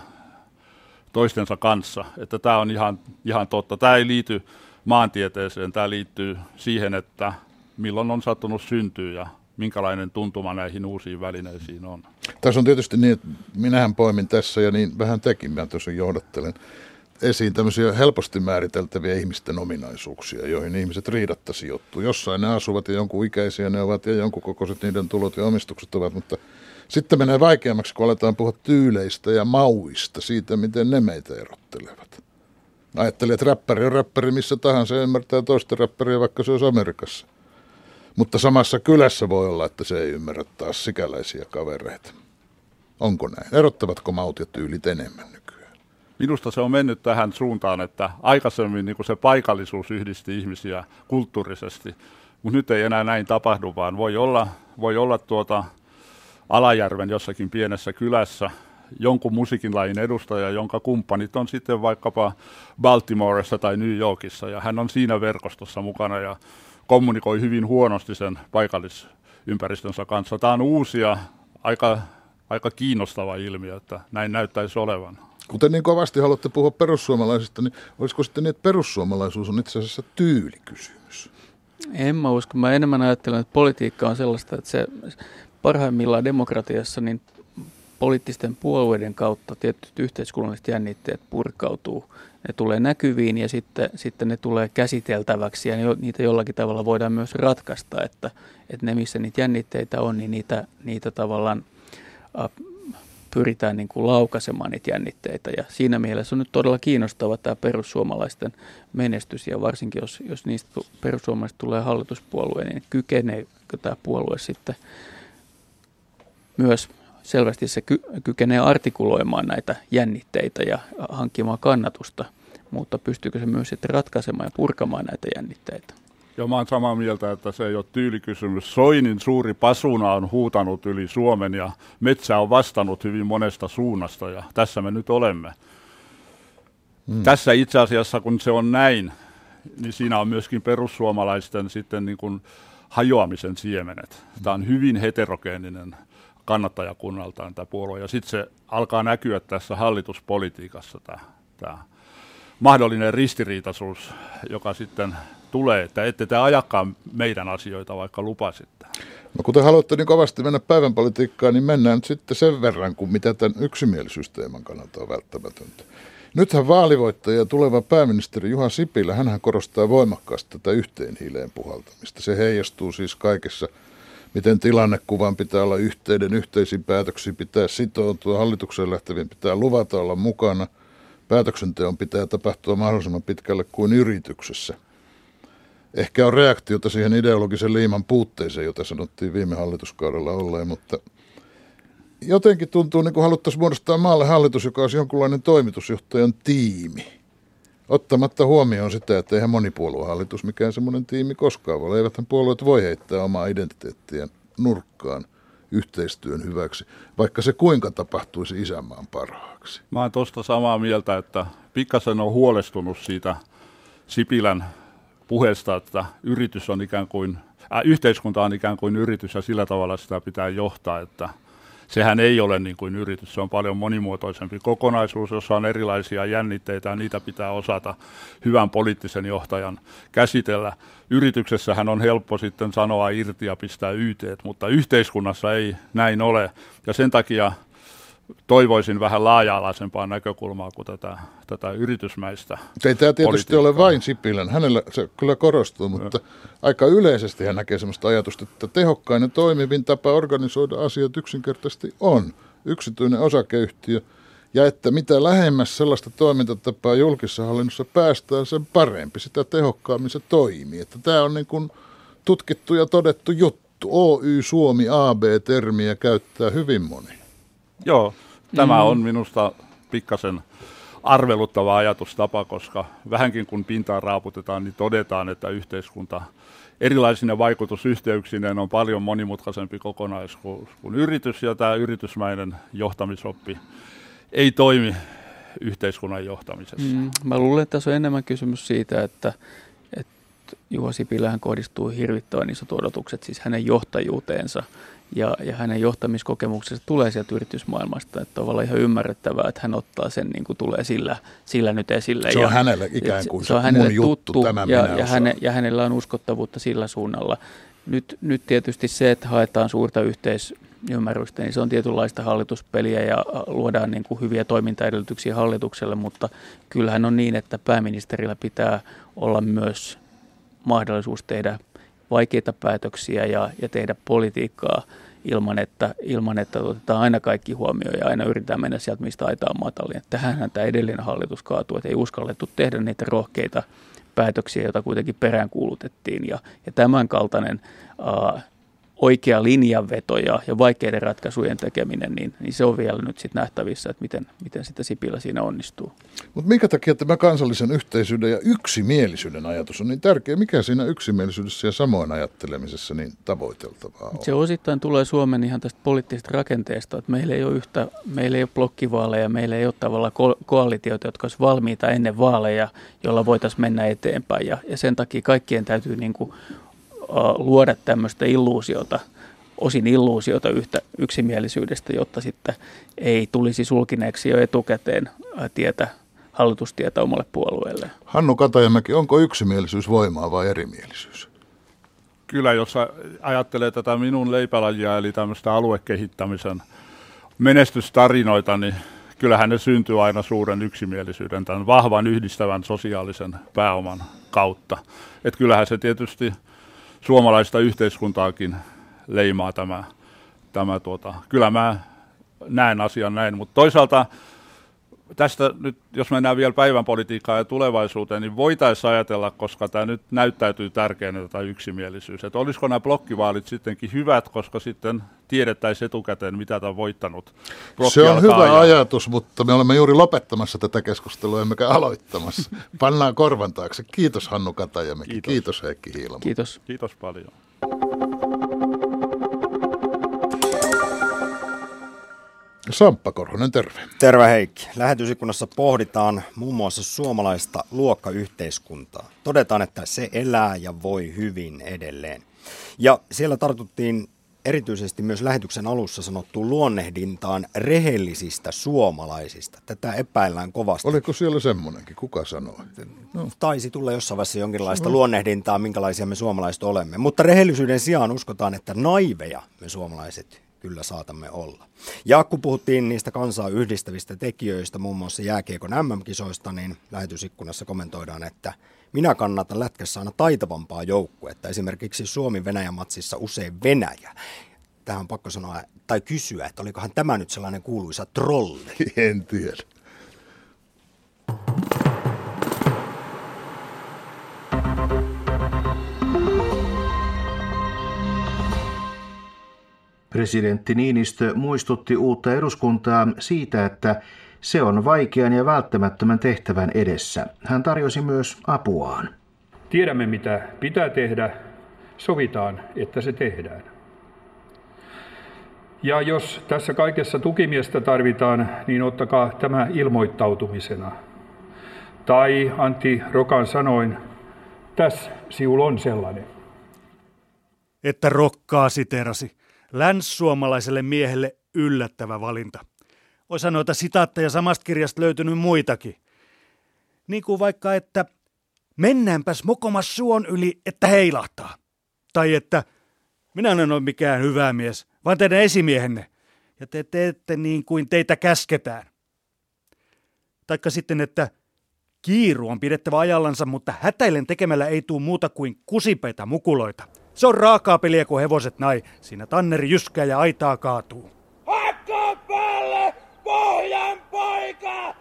toistensa kanssa. Että tämä on ihan, ihan totta. Tämä ei liity maantieteeseen, tämä liittyy siihen, että milloin on sattunut syntyä ja minkälainen tuntuma näihin uusiin välineisiin on. Tässä on tietysti niin, että minähän poimin tässä ja niin vähän tekin, mä tuossa johdattelen esiin tämmöisiä helposti määriteltäviä ihmisten ominaisuuksia, joihin ihmiset riidatta sijoittuu. Jossain ne asuvat ja jonkun ikäisiä ne ovat ja jonkun kokoiset niiden tulot ja omistukset ovat, mutta sitten menee vaikeammaksi, kun aletaan puhua tyyleistä ja mauista, siitä miten ne meitä erottelevat. Ajattelin, että räppäri on räppäri missä tahansa ja ymmärtää toista räppäriä, vaikka se olisi Amerikassa. Mutta samassa kylässä voi olla, että se ei ymmärrä taas sikäläisiä kavereita. Onko näin? Erottavatko maut ja tyylit enemmän nykyään? Minusta se on mennyt tähän suuntaan, että aikaisemmin niin kuin se paikallisuus yhdisti ihmisiä kulttuurisesti, mutta nyt ei enää näin tapahdu, vaan voi olla, voi olla tuota Alajärven jossakin pienessä kylässä jonkun musiikinlajin edustaja, jonka kumppanit on sitten vaikkapa Baltimoressa tai New Yorkissa, ja hän on siinä verkostossa mukana ja kommunikoi hyvin huonosti sen paikallisympäristönsä kanssa. Tämä on uusi ja aika, aika kiinnostava ilmiö, että näin näyttäisi olevan. Kuten niin kovasti haluatte puhua perussuomalaisista, niin olisiko sitten niin, että perussuomalaisuus on itse asiassa tyylikysymys? En mä usko. Mä enemmän ajattelen, että politiikka on sellaista, että se parhaimmillaan demokratiassa niin poliittisten puolueiden kautta tietyt yhteiskunnalliset jännitteet purkautuu. Ne tulee näkyviin ja sitten, sitten ne tulee käsiteltäväksi ja niitä jollakin tavalla voidaan myös ratkaista, että, että ne missä niitä jännitteitä on, niin niitä, niitä tavallaan äh, pyritään niin kuin laukaisemaan niitä jännitteitä. Ja siinä mielessä on nyt todella kiinnostava tämä perussuomalaisten menestys ja varsinkin jos, jos niistä perussuomalaiset tulee hallituspuolueen, niin kykeneekö tämä puolue sitten myös selvästi se ky- kykenee artikuloimaan näitä jännitteitä ja hankkimaan kannatusta, mutta pystyykö se myös sitten ratkaisemaan ja purkamaan näitä jännitteitä? Joo, mä oon samaa mieltä, että se ei ole tyylikysymys. Soinin suuri pasuna on huutanut yli Suomen ja metsä on vastannut hyvin monesta suunnasta ja tässä me nyt olemme. Hmm. Tässä itse asiassa, kun se on näin, niin siinä on myöskin perussuomalaisten sitten niin kuin hajoamisen siemenet. Tämä on hyvin heterogeeninen kannattajakunnaltaan tämä puolue, ja sitten se alkaa näkyä tässä hallituspolitiikassa tämä, tämä mahdollinen ristiriitaisuus, joka sitten tulee, että ette te ajakaan meidän asioita, vaikka lupasitte. No kun te haluatte niin kovasti mennä päivän politiikkaan, niin mennään nyt sitten sen verran, kuin mitä tämän yksimielisyysteeman kannalta on välttämätöntä. Nythän vaalivoittaja ja tuleva pääministeri Juha Sipilä, hänhän korostaa voimakkaasti tätä yhteen hiileen puhaltamista. Se heijastuu siis kaikessa, miten tilannekuvan pitää olla yhteinen, yhteisiin päätöksiin pitää sitoutua, hallitukseen lähtevien pitää luvata olla mukana, päätöksenteon pitää tapahtua mahdollisimman pitkälle kuin yrityksessä. Ehkä on reaktiota siihen ideologisen liiman puutteeseen, jota sanottiin viime hallituskaudella olleen, mutta jotenkin tuntuu niin kuin haluttaisiin muodostaa maalle hallitus, joka olisi jonkunlainen toimitusjohtajan tiimi. Ottamatta huomioon sitä, että eihän monipuoluehallitus mikään semmoinen tiimi koskaan ole. Eiväthän puolueet voi heittää omaa identiteettiään nurkkaan yhteistyön hyväksi, vaikka se kuinka tapahtuisi isänmaan parhaaksi. Mä oon tuosta samaa mieltä, että pikkasen on huolestunut siitä Sipilän puheesta, että yritys on ikään kuin, äh, yhteiskunta on ikään kuin yritys ja sillä tavalla sitä pitää johtaa, että sehän ei ole niin kuin yritys, se on paljon monimuotoisempi kokonaisuus, jossa on erilaisia jännitteitä ja niitä pitää osata hyvän poliittisen johtajan käsitellä. Yrityksessähän on helppo sitten sanoa irti ja pistää yteet, mutta yhteiskunnassa ei näin ole ja sen takia toivoisin vähän laaja-alaisempaa näkökulmaa kuin tätä, tätä yritysmäistä. Ei tämä tietysti ole vain Sipilän, hänellä se kyllä korostuu, mutta no. Aika yleisesti hän näkee sellaista ajatusta, että tehokkain ja toimivin tapa organisoida asiat yksinkertaisesti on yksityinen osakeyhtiö, ja että mitä lähemmäs sellaista toimintatapaa julkisessa hallinnossa päästään, sen parempi, sitä tehokkaammin se toimii. Että tämä on niin kuin tutkittu ja todettu juttu. Oy Suomi A B-termiä käyttää hyvin moni. Joo, tämä on minusta pikkasen arveluttava ajatustapa, koska vähänkin kun pintaan raaputetaan, niin todetaan, että yhteiskunta erilaisine vaikutusyhteyksineen on paljon monimutkaisempi kokonaisuus kuin yritys, ja tämä yritysmäinen johtamisoppi ei toimi yhteiskunnan johtamisessa. Mm, mä luulen, että tässä on enemmän kysymys siitä, että, että Juha Sipilähän kohdistuu hirvittävän isot odotukset siis hänen johtajuuteensa. Ja, ja hänen johtamiskokemuksensa tulee sieltä yritysmaailmasta, että on tavallaan ihan ymmärrettävää, että hän ottaa sen, niin kuin tulee sillä, sillä nyt esille. Se on ja, hänelle ikään kuin se, se on hänelle mun tuttu, juttu, tämä ja, minä ja, häne, ja hänellä on uskottavuutta sillä suunnalla. Nyt, nyt tietysti se, että haetaan suurta yhteisymmärrystä, niin se on tietynlaista hallituspeliä ja luodaan niin kuin hyviä toimintaedellytyksiä hallitukselle, mutta kyllähän on niin, että pääministerillä pitää olla myös mahdollisuus tehdä vaikeita päätöksiä ja, ja tehdä politiikkaa ilman, että, ilman, että otetaan aina kaikki huomioon ja aina yritetään mennä sieltä, mistä aita on matalin. Tähänhän tämä edellinen hallitus kaatui, että ei uskallettu tehdä niitä rohkeita päätöksiä, joita kuitenkin peräänkuulutettiin. Ja, ja tämän kaltainen ää, oikea linjanveto ja, ja vaikeiden ratkaisujen tekeminen, niin, niin se on vielä nyt sitten nähtävissä, että miten, miten sitä Sipilä siinä onnistuu. Mutta minkä takia tämä kansallisen yhteisyyden ja yksimielisyyden ajatus on niin tärkeä? Mikä siinä yksimielisyydessä ja samoin ajattelemisessa niin tavoiteltavaa on? Se osittain tulee Suomen ihan tästä poliittisesta rakenteesta, että meillä ei ole yhtä, meillä ei ole blokkivaaleja, meillä ei ole tavallaan ko- koalitioita, jotka olisi valmiita ennen vaaleja, jolla voitaisiin mennä eteenpäin. Ja, ja sen takia kaikkien täytyy niin kuin luoda tämmöistä illuusiota, osin illuusiota yhtä yksimielisyydestä, jotta sitten ei tulisi sulkineeksi jo etukäteen tietä, hallitustietä omalle puolueelle. Hannu Katajamäki, onko yksimielisyys voimaa vai erimielisyys? Kyllä, jos ajattelee tätä minun leipälajia, eli tämmöistä aluekehittämisen menestystarinoita, niin kyllähän ne syntyy aina suuren yksimielisyyden, tämän vahvan yhdistävän sosiaalisen pääoman kautta. Että kyllähän se tietysti suomalaista yhteiskuntaakin leimaa tämä, tämä tuota, kyllä mä näen asian näin, mutta toisaalta tästä nyt, jos mennään vielä päivän politiikkaan ja tulevaisuuteen, niin voitaisiin ajatella, koska tämä nyt näyttäytyy tärkeänä tätä yksimielisyys, että olisiko nämä blokkivaalit sittenkin hyvät, koska sitten tiedettäisiin etukäteen, mitä tämä on voittanut. Se on hyvä ajaa. ajatus, mutta me olemme juuri lopettamassa tätä keskustelua, emmekä aloittamassa. Pannaan korvan taakse. Kiitos Hannu Katajamäki. Kiitos, Kiitos Heikki Hiilamo. Kiitos. Kiitos paljon. Samppa Korhonen, terve. Terve Heikki. Lähetysikkunassa pohditaan muun muassa suomalaista luokkayhteiskuntaa. Todetaan, että se elää ja voi hyvin edelleen. Ja siellä tartuttiin erityisesti myös lähetyksen alussa sanottuun luonnehdintaan rehellisistä suomalaisista. Tätä epäillään kovasti. Oliko siellä semmoinenkin? Kuka sanoi? No. Taisi tulla jossain vaiheessa jonkinlaista luonnehdintaa, minkälaisia me suomalaiset olemme. Mutta rehellisyyden sijaan uskotaan, että naiveja me suomalaiset kyllä saatamme olla. Ja kun puhuttiin niistä kansaa yhdistävistä tekijöistä, muun muassa jääkiekon äm äm-kisoista, niin lähetysikkunassa kommentoidaan, että minä kannatan lätkässä aina taitavampaa joukkuetta. Esimerkiksi Suomi-Venäjä-matsissa usein Venäjä. Tähän on pakko sanoa tai kysyä, että olikohan tämä nyt sellainen kuuluisa trolli? En tiedä. Presidentti Niinistö muistutti uutta eduskuntaa siitä, että se on vaikean ja välttämättömän tehtävän edessä. Hän tarjosi myös apuaan. Tiedämme, mitä pitää tehdä. Sovitaan, että se tehdään. Ja jos tässä kaikessa tukimiestä tarvitaan, niin ottakaa tämä ilmoittautumisena. Tai Antti Rokan sanoin, tässä siul on sellainen. Että Rokkaa siterasi. Länssuomalaiselle miehelle yllättävä valinta. Osa noita sitaatteja samasta kirjasta löytynyt muitakin. Niin kuin vaikka, että mennäänpäs mokomas suon yli, että heilahtaa. Tai että minä en ole mikään hyvä mies, vaan teidän esimiehenne. Ja te teette niin kuin teitä käsketään. Taikka sitten, että kiiru on pidettävä ajallansa, mutta hätäilen tekemällä ei tule muuta kuin kusipeita mukuloita. Se on raakaa peliä, kun hevoset nai. Siinä tanneri jyskää ja aitaa kaatuu. Hakkaa päälle, pohjan poika!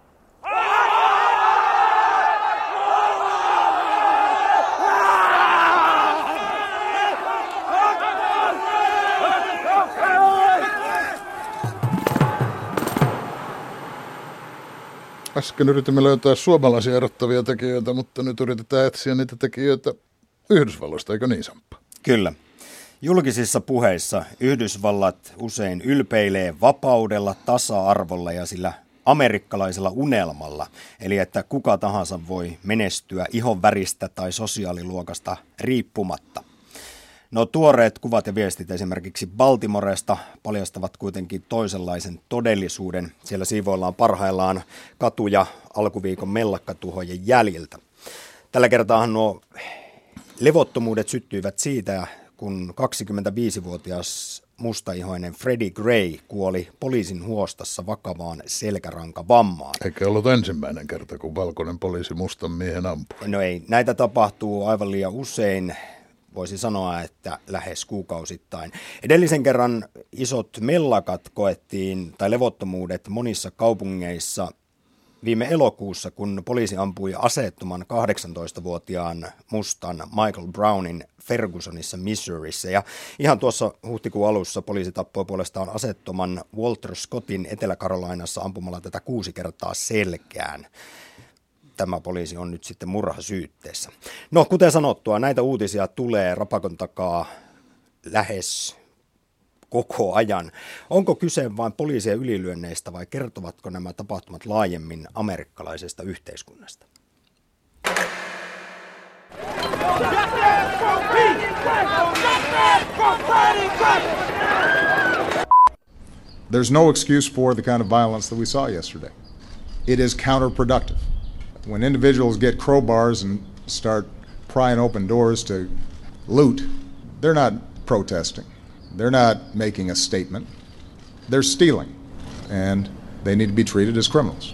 Äsken yritimme löytää suomalaisia erottavia tekijöitä, mutta nyt yritetään etsiä niitä tekijöitä Yhdysvalloista, eikö niin, Samppa? Kyllä. Julkisissa puheissa Yhdysvallat usein ylpeilee vapaudella, tasa-arvolla ja sillä amerikkalaisella unelmalla, eli että kuka tahansa voi menestyä ihonväristä tai sosiaaliluokasta riippumatta. No tuoreet kuvat ja viestit esimerkiksi Baltimoresta paljastavat kuitenkin toisenlaisen todellisuuden. Siellä siivoillaan parhaillaan katuja alkuviikon mellakkatuhojen jäljiltä. Tällä kertaahan nuo levottomuudet syttyivät siitä, kun kaksikymmentäviisivuotias mustaihoinen Freddie Gray kuoli poliisin huostassa vakavaan selkärankavammaan. Eikä ollut ensimmäinen kerta, kun valkoinen poliisi mustan miehen ampui. No ei, näitä tapahtuu aivan liian usein. Voisi sanoa, että lähes kuukausittain. Edellisen kerran isot mellakat koettiin, tai levottomuudet monissa kaupungeissa viime elokuussa, kun poliisi ampui aseettoman kahdeksantoistavuotiaan mustan Michael Brownin Fergusonissa, Missourissa. Ja ihan tuossa huhtikuun alussa poliisi tappoi puolestaan aseettoman Walter Scottin Etelä-Karolainassa ampumalla tätä kuusi kertaa selkään. Tämä poliisi on nyt sitten murhasyytteessä. No, kuten sanottua, näitä uutisia tulee rapakon takaa lähes koko ajan. Onko kyse vain poliisien ylilyönneistä vai kertovatko nämä tapahtumat laajemmin amerikkalaisesta yhteiskunnasta? There's no excuse for the kind of violence that we saw yesterday. It is counterproductive. When individuals get crowbars and start prying open doors to loot, they're not protesting. They're not making a statement. They're stealing, and they need to be treated as criminals.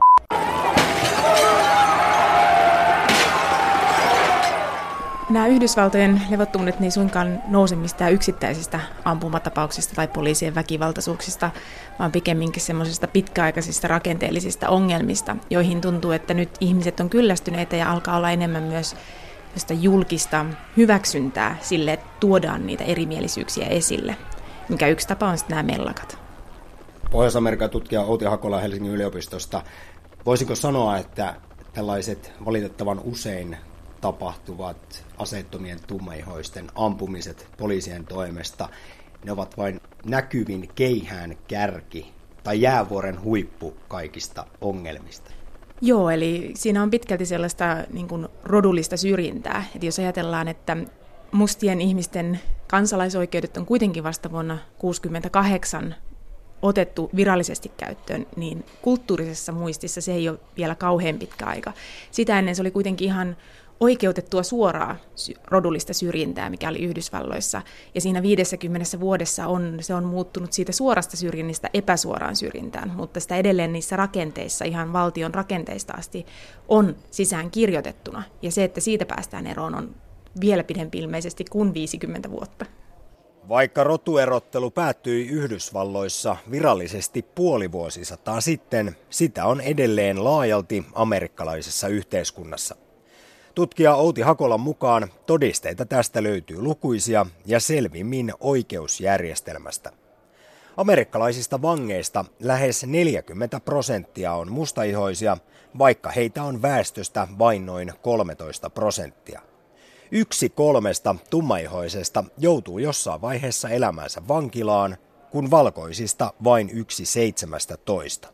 Nämä Yhdysvaltojen levottomuudet ei suinkaan nouse mistään yksittäisistä ampumatapauksista tai poliisien väkivaltaisuuksista, vaan pikemminkin semmoisista pitkäaikaisista rakenteellisista ongelmista, joihin tuntuu, että nyt ihmiset on kyllästyneitä ja alkaa olla enemmän myös julkista hyväksyntää sille, että tuodaan niitä erimielisyyksiä esille, mikä yksi tapa on sitten nämä mellakat. Pohjois-Amerikan tutkija Outi Hakola Helsingin yliopistosta. Voisiko sanoa, että tällaiset valitettavan usein tapahtuvat aseettomien tummaihoisten ampumiset poliisien toimesta, ne ovat vain näkyvin keihään kärki tai jäävuoren huippu kaikista ongelmista? Joo, eli siinä on pitkälti sellaista niin kuin rodullista syrjintää. Että jos ajatellaan, että mustien ihmisten kansalaisoikeudet on kuitenkin vasta vuonna tuhatyhdeksänsataakuusikymmentäkahdeksan otettu virallisesti käyttöön, niin kulttuurisessa muistissa se ei ole vielä kauhean pitkä aika. Sitä ennen se oli kuitenkin ihan oikeutettua suoraa rodullista syrjintää, mikä oli Yhdysvalloissa. Ja siinä viidessäkymmenessä vuodessa on, se on muuttunut siitä suorasta syrjinnistä epäsuoraan syrjintään, mutta sitä edelleen niissä rakenteissa, ihan valtion rakenteista asti, on sisään kirjoitettuna. Ja se, että siitä päästään eroon, on vielä pidempi ilmeisesti kuin viisikymmentä vuotta. Vaikka rotuerottelu päättyi Yhdysvalloissa virallisesti puoli vuosisataa sitten, sitä on edelleen laajalti amerikkalaisessa yhteiskunnassa. Tutkija Outi Hakolan mukaan todisteita tästä löytyy lukuisia ja selvimmin oikeusjärjestelmästä. Amerikkalaisista vangeista lähes neljäkymmentä prosenttia on mustaihoisia, vaikka heitä on väestöstä vain noin kolmetoista prosenttia. Yksi kolmesta tummaihoisesta joutuu jossain vaiheessa elämänsä vankilaan, kun valkoisista vain yksi seitsemästä toista.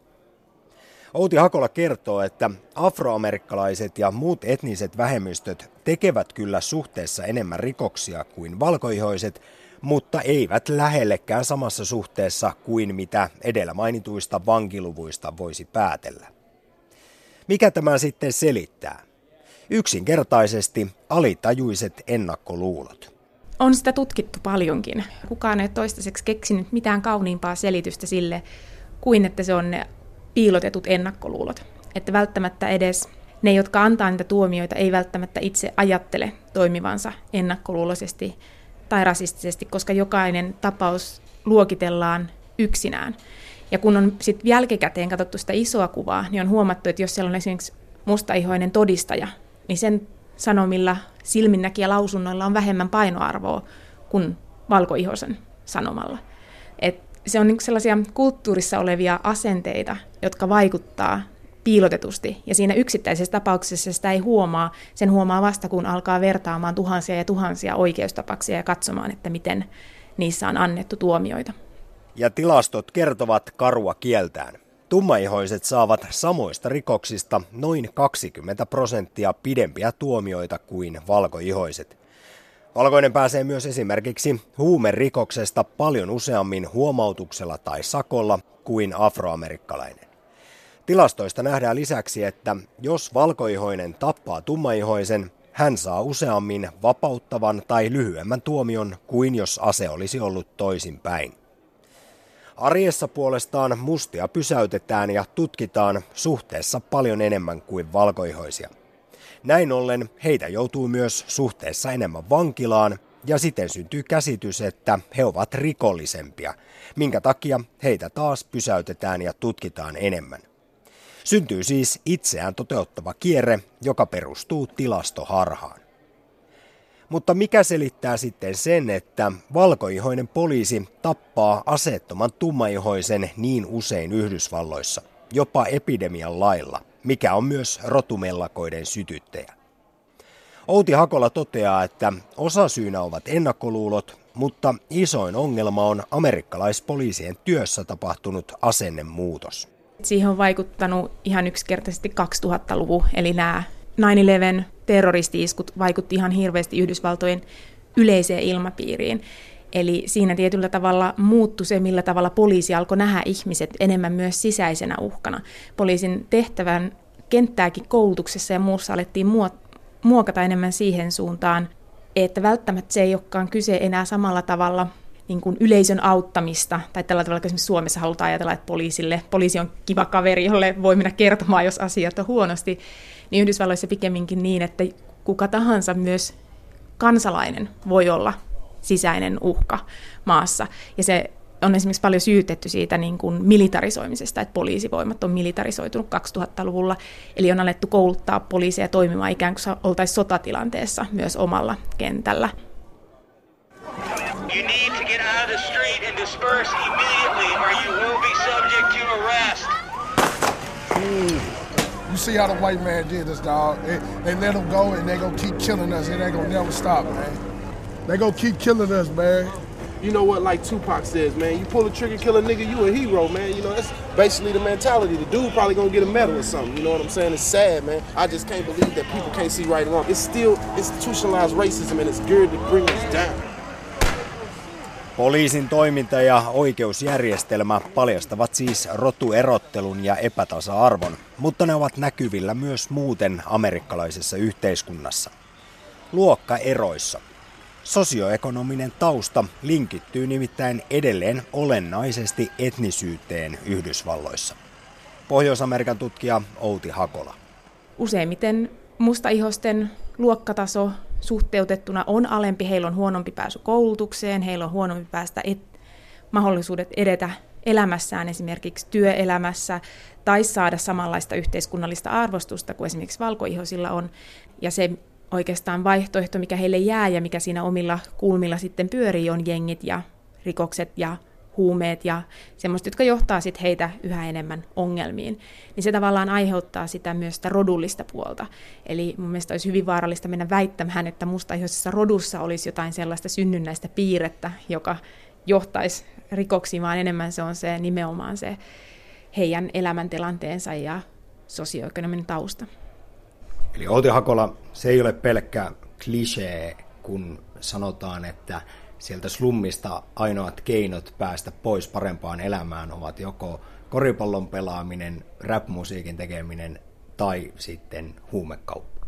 Outi Hakola kertoo, että afroamerikkalaiset ja muut etniset vähemmistöt tekevät kyllä suhteessa enemmän rikoksia kuin valkoihoiset, mutta eivät lähellekään samassa suhteessa kuin mitä edellä mainituista vankiluvuista voisi päätellä. Mikä tämä sitten selittää? Yksinkertaisesti alitajuiset ennakkoluulot. On sitä tutkittu paljonkin. Kukaan ei ole toistaiseksi keksinyt mitään kauniimpaa selitystä sille, kuin että se on ne piilotetut ennakkoluulot. Että välttämättä edes ne, jotka antaa niitä tuomioita, ei välttämättä itse ajattele toimivansa ennakkoluuloisesti tai rasistisesti, koska jokainen tapaus luokitellaan yksinään. Ja kun on sitten jälkikäteen katsottu sitä isoa kuvaa, niin on huomattu, että jos siellä on esimerkiksi mustaihoinen todistaja, niin sen sanomilla silminnäkijä lausunnoilla on vähemmän painoarvoa kuin valkoihoisen sanomalla. Et se on niin sellaisia kulttuurissa olevia asenteita, jotka vaikuttaa piilotetusti. Ja siinä yksittäisessä tapauksessa sitä ei huomaa. Sen huomaa vasta, kun alkaa vertaamaan tuhansia ja tuhansia oikeustapauksia ja katsomaan, että miten niissä on annettu tuomioita. Ja tilastot kertovat karua kieltään. Tummaihoiset saavat samoista rikoksista noin kaksikymmentä prosenttia pidempiä tuomioita kuin valkoihoiset. Valkoinen pääsee myös esimerkiksi huumerikoksesta paljon useammin huomautuksella tai sakolla kuin afroamerikkalainen. Tilastoista nähdään lisäksi, että jos valkoihoinen tappaa tummaihoisen, hän saa useammin vapauttavan tai lyhyemmän tuomion kuin jos ase olisi ollut toisinpäin. Arjessa puolestaan mustia pysäytetään ja tutkitaan suhteessa paljon enemmän kuin valkoihoisia. Näin ollen heitä joutuu myös suhteessa enemmän vankilaan ja siten syntyy käsitys, että he ovat rikollisempia, minkä takia heitä taas pysäytetään ja tutkitaan enemmän. Syntyy siis itseään toteuttava kierre, joka perustuu tilastoharhaan. Mutta mikä selittää sitten sen, että valkoihoinen poliisi tappaa aseettoman tummaihoisen niin usein Yhdysvalloissa, jopa epidemian lailla, mikä on myös rotumellakoiden sytyttäjä? Outi Hakola toteaa, että osasyynä ovat ennakkoluulot, mutta isoin ongelma on amerikkalaispoliisien työssä tapahtunut asennemuutos. Siihen on vaikuttanut ihan yksinkertaisesti kaksituhattaluvun, eli nämä nine eleven terroristi-iskut vaikutti ihan hirveästi Yhdysvaltojen yleiseen ilmapiiriin. Eli siinä tietyllä tavalla muuttui se, millä tavalla poliisi alkoi nähdä ihmiset enemmän myös sisäisenä uhkana. Poliisin tehtävän kenttääkin koulutuksessa ja muussa alettiin muokata enemmän siihen suuntaan, että välttämättä se ei olekaan kyse enää samalla tavalla niin kuin yleisön auttamista, tai tällä tavalla, esimerkiksi Suomessa halutaan ajatella, että poliisille, poliisi on kiva kaveri, jolle voi mennä kertomaan, jos asiat on huonosti, niin Yhdysvalloissa pikemminkin niin, että kuka tahansa myös kansalainen voi olla sisäinen uhka maassa. Ja se on esimerkiksi paljon syytetty siitä niin kuin militarisoimisesta, että poliisivoimat on militarisoitunut kaksituhattaluvulla, eli on alettu kouluttaa poliiseja toimimaan ikään kuin oltaisiin sotatilanteessa myös omalla kentällä. You need to get out of the street and disperse immediately or you will be subject to arrest. Mm. You see how the white man did us, dog. They, they let them go and they gonna keep killing us. It ain't gonna never stop, man. They gonna keep killing us, man. you know what, like Tupac says, man, you pull a trigger, kill a nigga, you a hero, man. You know, that's basically the mentality. The dude probably gonna get a medal or something, you know what I'm saying? It's sad, man. I just can't believe that people can't see right and wrong. It's still institutionalized racism and it's geared to bring us down. Poliisin toiminta ja oikeusjärjestelmä paljastavat siis rotuerottelun ja epätasa-arvon, mutta ne ovat näkyvillä myös muuten amerikkalaisessa yhteiskunnassa. Luokkaeroissa. Sosioekonominen tausta linkittyy nimittäin edelleen olennaisesti etnisyyteen Yhdysvalloissa. Pohjois-Amerikan tutkija Outi Hakola. Useimmiten mustaihosten luokkataso suhteutettuna on alempi, heillä on huonompi pääsy koulutukseen, heillä on huonompi päästä et- mahdollisuudet edetä elämässään, esimerkiksi työelämässä, tai saada samanlaista yhteiskunnallista arvostusta kuin esimerkiksi valkoihoisilla on. Ja se oikeastaan vaihtoehto, mikä heille jää ja mikä siinä omilla kulmilla sitten pyörii, on jengit ja rikokset ja huumeet ja semmoista, jotka johtaa sitten heitä yhä enemmän ongelmiin. Niin se tavallaan aiheuttaa sitä myös sitä rodullista puolta. Eli mun mielestä olisi hyvin vaarallista mennä väittämään, että mustaihoisessa rodussa olisi jotain sellaista synnynnäistä piirrettä, joka johtaisi rikoksiin, vaan enemmän se on se nimenomaan se heidän elämäntilanteensa ja sosioekonominen tausta. Eli Outi Hakola, se ei ole pelkkä klisee, kun sanotaan, että sieltä slummista ainoat keinot päästä pois parempaan elämään ovat joko koripallon pelaaminen, rap-musiikin tekeminen tai sitten huumekauppa.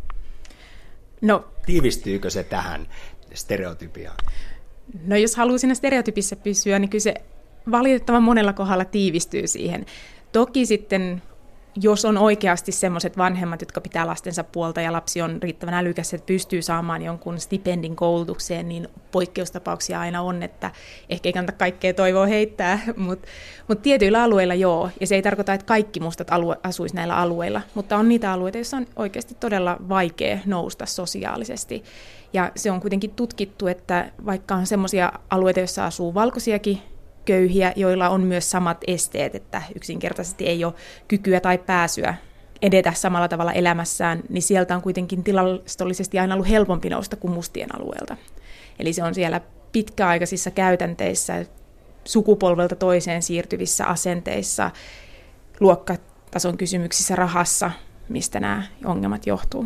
No, tiivistyykö se tähän stereotypiaan? No jos haluaa siinä stereotypissä pysyä, niin kyllä se valitettavan monella kohdalla tiivistyy siihen. Toki sitten, jos on oikeasti sellaiset vanhemmat, jotka pitää lastensa puolta ja lapsi on riittävän älykäs, että pystyy saamaan jonkun stipendin koulutukseen, niin poikkeustapauksia aina on, että ehkä ei kannata kaikkea toivoa heittää, mutta mut tietyillä alueilla joo, ja se ei tarkoita, että kaikki mustat alue, asuisi näillä alueilla, mutta on niitä alueita, joissa on oikeasti todella vaikea nousta sosiaalisesti. Ja se on kuitenkin tutkittu, että vaikka on semmoisia alueita, joissa asuu valkoisiakin köyhiä, joilla on myös samat esteet, että yksinkertaisesti ei ole kykyä tai pääsyä edetä samalla tavalla elämässään, niin sieltä on kuitenkin tilastollisesti aina ollut helpompi nousta kuin mustien alueelta. Eli se on siellä pitkäaikaisissa käytänteissä, sukupolvelta toiseen siirtyvissä asenteissa, luokkatason kysymyksissä, rahassa, mistä nämä ongelmat johtuu.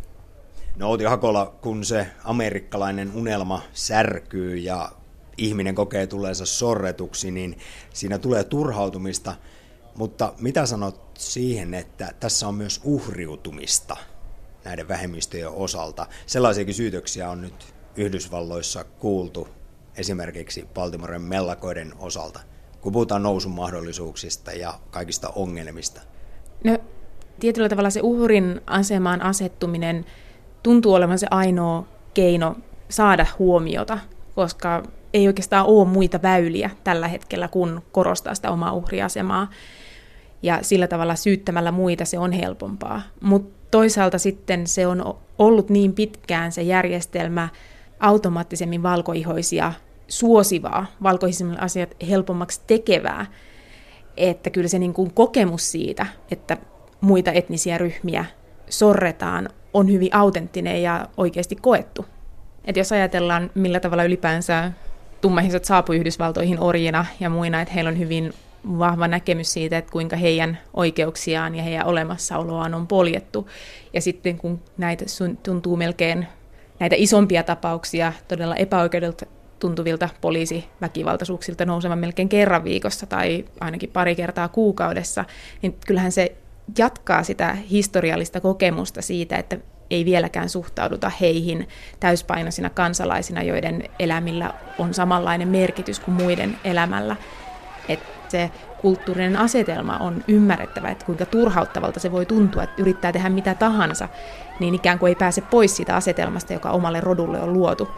No Outi Hakola, kun se amerikkalainen unelma särkyy ja ihminen kokee tulleensa sorretuksi, niin siinä tulee turhautumista. Mutta mitä sanot siihen, että tässä on myös uhriutumista näiden vähemmistöjen osalta? Sellaisiakin syytöksiä on nyt Yhdysvalloissa kuultu esimerkiksi Baltimoren mellakoiden osalta, kun puhutaan nousun mahdollisuuksista ja kaikista ongelmista. No, tietyllä tavalla se uhrin asemaan asettuminen tuntuu olevan se ainoa keino saada huomiota, koska ei oikeastaan ole muita väyliä tällä hetkellä, kun korostaa sitä omaa uhriasemaa. Ja sillä tavalla syyttämällä muita se on helpompaa. Mutta toisaalta sitten se on ollut niin pitkään se järjestelmä automaattisemmin valkoihoisia suosivaa, valkoisemmille asiat helpommaksi tekevää, että kyllä se niin kuin kokemus siitä, että muita etnisiä ryhmiä sorretaan, on hyvin autenttinen ja oikeasti koettu. Et jos ajatellaan, millä tavalla ylipäänsä tummaihiset saapui Yhdysvaltoihin orjina ja muina, että heillä on hyvin vahva näkemys siitä, että kuinka heidän oikeuksiaan ja heidän olemassaoloaan on poljettu. Ja sitten kun näitä tuntuu melkein näitä isompia tapauksia todella epäoikeudelta tuntuvilta poliisiväkivaltaisuuksilta nousevan melkein kerran viikossa tai ainakin pari kertaa kuukaudessa, niin kyllähän se jatkaa sitä historiallista kokemusta siitä, että ei vieläkään suhtauduta heihin täyspainoisina kansalaisina, joiden elämillä on samanlainen merkitys kuin muiden elämällä. Että se kulttuurinen asetelma on ymmärrettävä, että kuinka turhauttavalta se voi tuntua, että yrittää tehdä mitä tahansa, niin ikään kuin ei pääse pois siitä asetelmasta, joka omalle rodulle on luotu.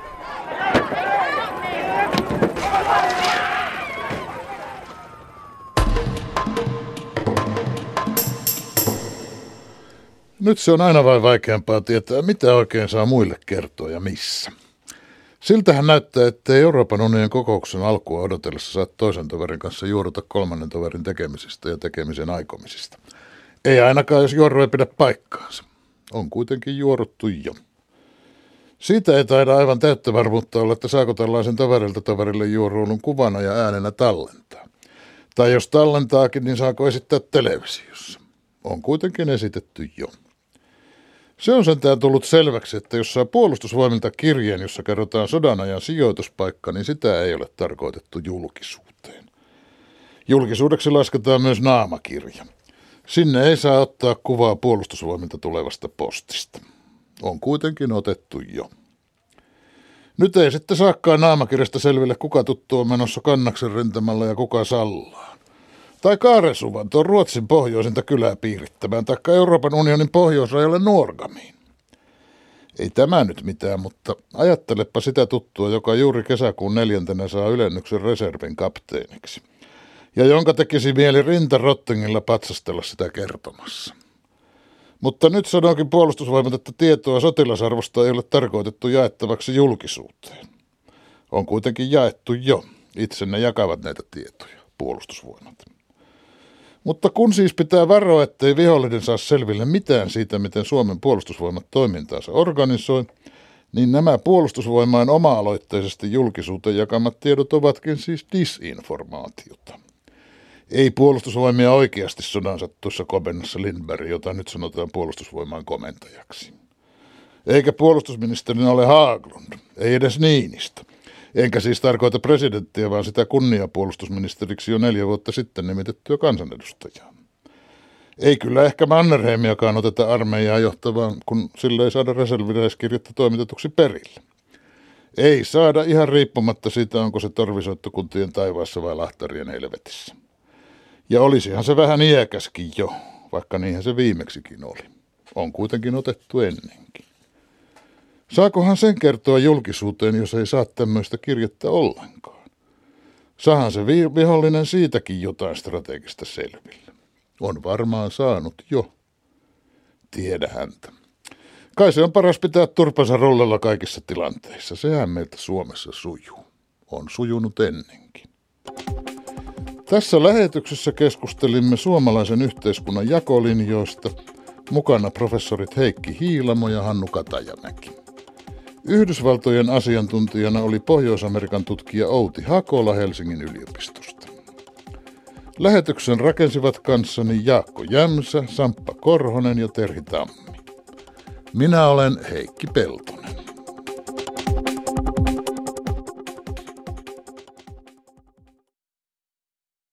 Nyt se on aina vain vaikeampaa tietää, mitä oikein saa muille kertoa ja missä. Siltähän näyttää, että Euroopan unionin kokouksen alkua odotellessa saat toisen toverin kanssa juoruta kolmannen toverin tekemisistä ja tekemisen aikomisista. Ei ainakaan, jos juoru ei pidä paikkaansa. On kuitenkin juoruttu jo. Siitä ei taida aivan täyttä varmuutta olla, että saako tällaisen toverilta toverille juoruilun kuvana ja äänenä tallentaa. Tai jos tallentaakin, niin saako esittää televisiossa. On kuitenkin esitetty jo. Se on sentään tullut selväksi, että jos saa puolustusvoimilta kirjeen, jossa kerrotaan sodanajan sijoituspaikka, niin sitä ei ole tarkoitettu julkisuuteen. Julkisuudeksi lasketaan myös naamakirja. Sinne ei saa ottaa kuvaa puolustusvoimilta tulevasta postista. On kuitenkin otettu jo. Nyt ei sitten saakaan naamakirjasta selville, kuka tuttu on menossa Kannaksen rintamalla ja kuka Sallaan. Tai Kaaresuvan, tuon Ruotsin pohjoisinta kylää piirittämään, taikka Euroopan unionin pohjoisrajalle Nuorgamiin. Ei tämä nyt mitään, mutta ajattelepa sitä tuttua, joka juuri kesäkuun neljäntenä saa ylennyksen reservin kapteeniksi. Ja jonka tekisi mieli rintarottingilla patsastella sitä kertomassa. Mutta nyt sanoikin puolustusvoimat, että tietoa sotilasarvosta ei ole tarkoitettu jaettavaksi julkisuuteen. On kuitenkin jaettu jo. Itse ne jakavat näitä tietoja, puolustusvoimat. Mutta kun siis pitää varoa, ettei vihollinen saa selville mitään siitä, miten Suomen puolustusvoimat toimintaansa organisoi, niin nämä puolustusvoimain oma-aloitteisesti julkisuuteen jakamat tiedot ovatkin siis disinformaatiota. Ei puolustusvoimia oikeasti sodan sattuessa komennassa Lindberg, jota nyt sanotaan puolustusvoimain komentajaksi. Eikä puolustusministerinä ole Haglund, ei edes Niinistö. Enkä siis tarkoita presidenttiä, vaan sitä kunniapuolustusministeriksi jo neljä vuotta sitten nimitettyä kansanedustajaa. Ei kyllä ehkä Mannerheimiakaan oteta armeijaa johtavaan, kun sillä ei saada reserviläiskirjettä toimitetuksi perille. Ei saada ihan riippumatta siitä, onko se torvisoittokuntien taivaassa vai lahtarien helvetissä. Ja olisihan se vähän iäkäskin jo, vaikka niinhän se viimeksikin oli. On kuitenkin otettu ennenkin. Saakohan sen kertoa julkisuuteen, jos ei saa tämmöistä kirjettä ollenkaan? Saahan se vihollinen siitäkin jotain strategista selville. On varmaan saanut jo. Tiedä häntä. Kai se on paras pitää turpansa rollella kaikissa tilanteissa. Sehän meiltä Suomessa sujuu. On sujunut ennenkin. Tässä lähetyksessä keskustelimme suomalaisen yhteiskunnan jakolinjoista. Mukana professorit Heikki Hiilamo ja Hannu Katajamäki. Yhdysvaltojen asiantuntijana oli Pohjois-Amerikan tutkija Outi Hakola Helsingin yliopistosta. Lähetyksen rakensivat kanssani Jaakko Jämsä, Samppa Korhonen ja Terhi Tammi. Minä olen Heikki Peltonen.